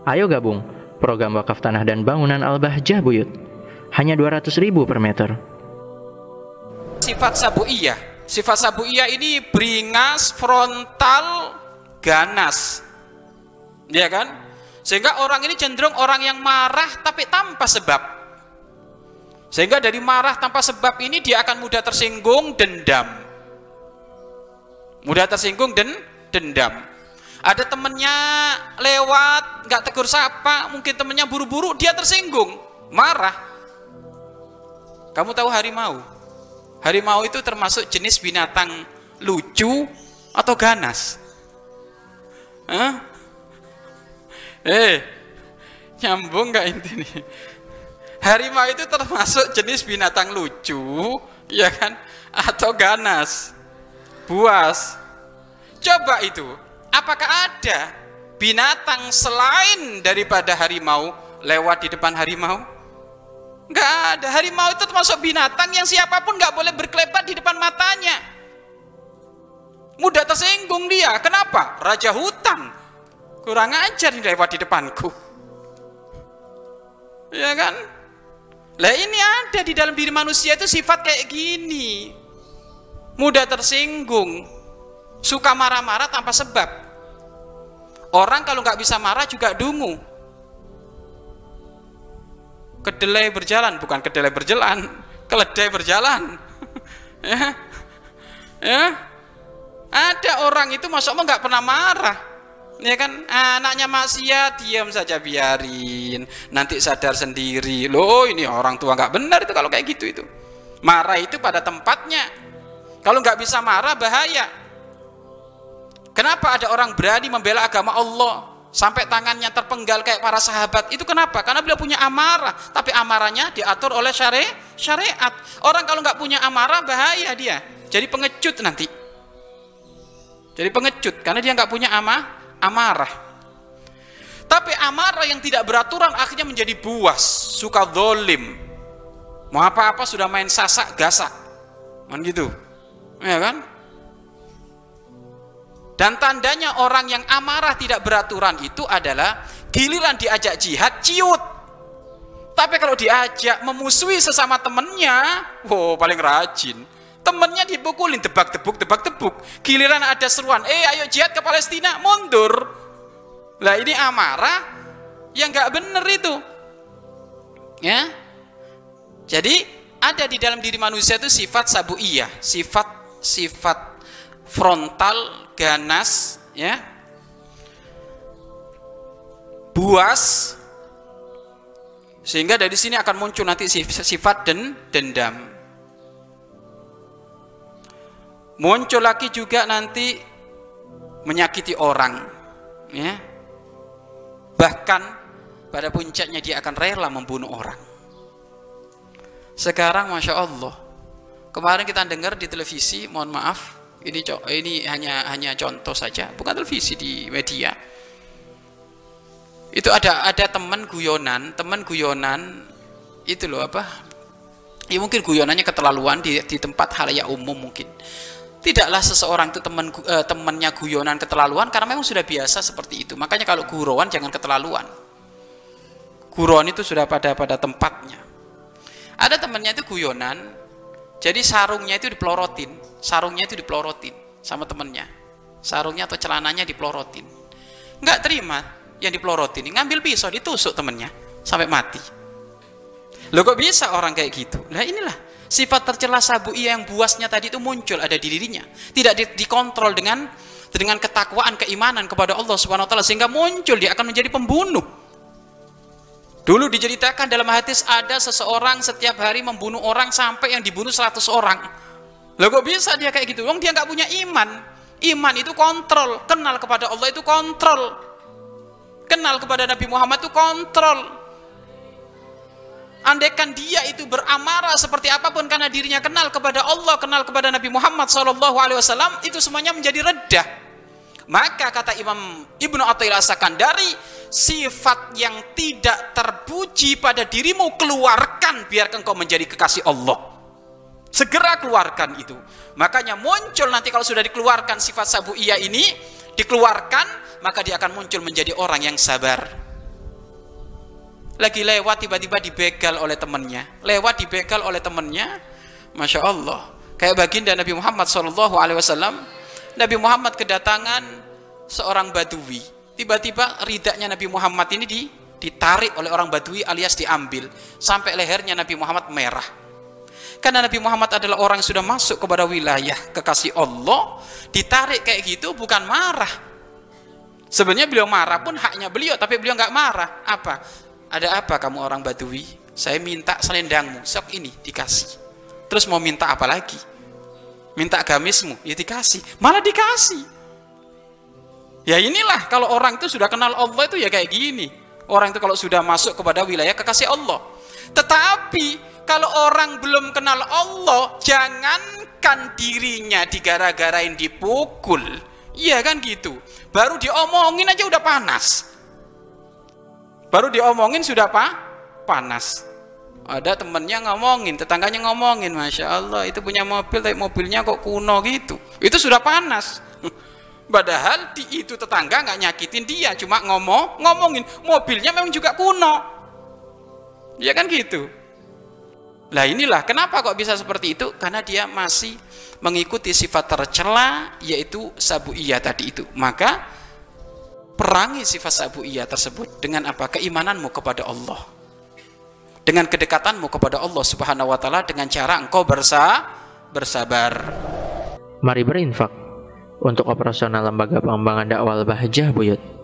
Ayo gabung program wakaf tanah dan bangunan Al-Bahjah Buyut. Hanya 200.000 per meter. Sifat sabu'iyah. Sifat sabu'iyah ini beringas, frontal, ganas. Ya kan? Sehingga orang ini cenderung orang yang marah tapi tanpa sebab. Sehingga dari marah tanpa sebab ini dia akan mudah tersinggung, dendam. Mudah tersinggung dan dendam. Ada temennya lewat, nggak tegur sapa, mungkin temennya buru-buru, dia tersinggung, marah. Kamu tahu harimau? Harimau itu termasuk jenis binatang lucu atau ganas? Hah? Nyambung nggak ini? Harimau itu termasuk jenis binatang lucu, ya kan? Atau ganas, buas. Coba itu. Apakah ada binatang selain daripada harimau lewat di depan harimau? Enggak ada. Harimau itu termasuk binatang yang siapapun nggak boleh berkelebat di depan matanya. Mudah tersinggung dia. Kenapa? Raja hutan. Kurang ajar nih lewat di depanku. Ya kan? Lah ini ada di dalam diri manusia itu sifat kayak gini. Mudah tersinggung. Suka marah-marah tanpa sebab. Orang kalau nggak bisa marah juga dungu. Kedelai berjalan, bukan kedelai berjalan, keledai berjalan. Ya. Ada orang itu masuk Allah nggak pernah marah. Ya kan, anaknya maksiat, diam saja biarin. Nanti sadar sendiri. Loh, ini orang tua nggak benar itu kalau kayak gitu itu. Marah itu pada tempatnya. Kalau nggak bisa marah bahaya. Kenapa ada orang berani membela agama Allah sampai tangannya terpenggal kayak para sahabat? Itu kenapa? Karena beliau punya amarah, tapi amarahnya diatur oleh syariat. Orang kalau nggak punya amarah bahaya dia. Jadi pengecut nanti. Jadi pengecut karena dia nggak punya amarah. Tapi amarah yang tidak beraturan akhirnya menjadi buas, suka zalim. Mau apa-apa sudah main sasak gasak. Kan gitu. Ya kan? Dan tandanya orang yang amarah tidak beraturan itu adalah giliran diajak jihad, ciut. Tapi kalau diajak memusuhi sesama temennya, paling rajin. Temennya dipukulin, tebak-tebuk. Giliran ada seruan, ayo jihad ke Palestina, mundur. Lah ini amarah yang gak bener itu. Ya. Jadi ada di dalam diri manusia itu sifat sabu'iyah, sifat frontal, ganas, ya, buas, sehingga dari sini akan muncul nanti sifat dendam. Muncul lagi juga nanti menyakiti orang, ya. Bahkan pada puncaknya dia akan rela membunuh orang. Sekarang masya Allah, kemarin kita dengar di televisi, mohon maaf. Ini hanya contoh saja, bukan televisi, di media. Itu ada teman guyonan itu loh apa? Ya mungkin guyonannya keterlaluan di tempat halayak umum mungkin. Tidaklah seseorang itu temannya guyonan keterlaluan karena memang sudah biasa seperti itu. Makanya kalau gurowan jangan keterlaluan. Gurowan itu sudah pada tempatnya. Ada temannya itu guyonan. Jadi sarungnya itu dipelorotin sama temennya. Sarungnya atau celananya dipelorotin. Nggak terima yang dipelorotin, ngambil pisau ditusuk temennya sampai mati. Loh kok bisa orang kayak gitu? Nah inilah sifat tercela sabu'iyah yang buasnya tadi itu muncul ada di dirinya. Tidak dikontrol dengan ketakwaan, keimanan kepada Allah Subhanahu wa taala sehingga muncul dia akan menjadi pembunuh. Dulu diceritakan dalam hadis ada seseorang setiap hari membunuh orang sampai yang dibunuh 100 orang. Loh kok bisa dia kayak gitu? Wong dia nggak punya iman. Iman itu kontrol, kenal kepada Allah itu kontrol. Kenal kepada Nabi Muhammad itu kontrol. Andaikan dia itu beramarah seperti apapun karena dirinya kenal kepada Allah, kenal kepada Nabi Muhammad SAW, itu semuanya menjadi reda. Maka kata Imam Ibnu Athaillah As-Sakandari, sifat yang tidak terpuji pada dirimu keluarkan biar engkau menjadi kekasih Allah. Segera keluarkan itu. Makanya muncul nanti kalau sudah dikeluarkan sifat sabu'iyah ini, dikeluarkan, maka dia akan muncul menjadi orang yang sabar. lagi lewat tiba-tiba dibegal oleh temannya, Masya Allah. Kayak baginda Nabi Muhammad SAW, Nabi Muhammad kedatangan seorang badui, tiba-tiba ridaknya Nabi Muhammad ini ditarik oleh orang badui alias diambil, sampai lehernya Nabi Muhammad merah. Karena Nabi Muhammad adalah orang yang sudah masuk kepada wilayah kekasih Allah, ditarik kayak gitu bukan marah. Sebenarnya beliau marah pun haknya beliau, tapi beliau nggak marah. Apa? Ada apa kamu orang badui? Saya minta selendangmu, sok ini dikasih. Terus mau minta apa lagi? Minta gamismu, ya dikasih. Malah dikasih. Ya inilah, kalau orang itu sudah kenal Allah itu ya kayak gini. Orang itu kalau sudah masuk kepada wilayah kekasih Allah. Tetapi kalau orang belum kenal Allah, jangankan dirinya digara-garain, dipukul, iya kan gitu. Baru diomongin aja udah panas. Baru diomongin sudah panas. Ada temennya ngomongin, tetangganya ngomongin, Masya Allah itu punya mobil, tapi mobilnya kok kuno gitu. Itu sudah panas. Padahal itu tetangga nggak nyakitin dia, cuma ngomongin mobilnya memang juga kuno. Ya kan gitu. Lah inilah kenapa kok bisa seperti itu, karena dia masih mengikuti sifat tercela, yaitu sabu'iyah tadi itu. Maka perangi sifat sabu'iyah tersebut dengan apa? Keimananmu kepada Allah, dengan kedekatanmu kepada Allah Subhanahu wa Ta'ala, dengan cara engkau bersabar. Mari berinfak untuk operasional lembaga pengembangan dakwah Al-Bahjah Buyut.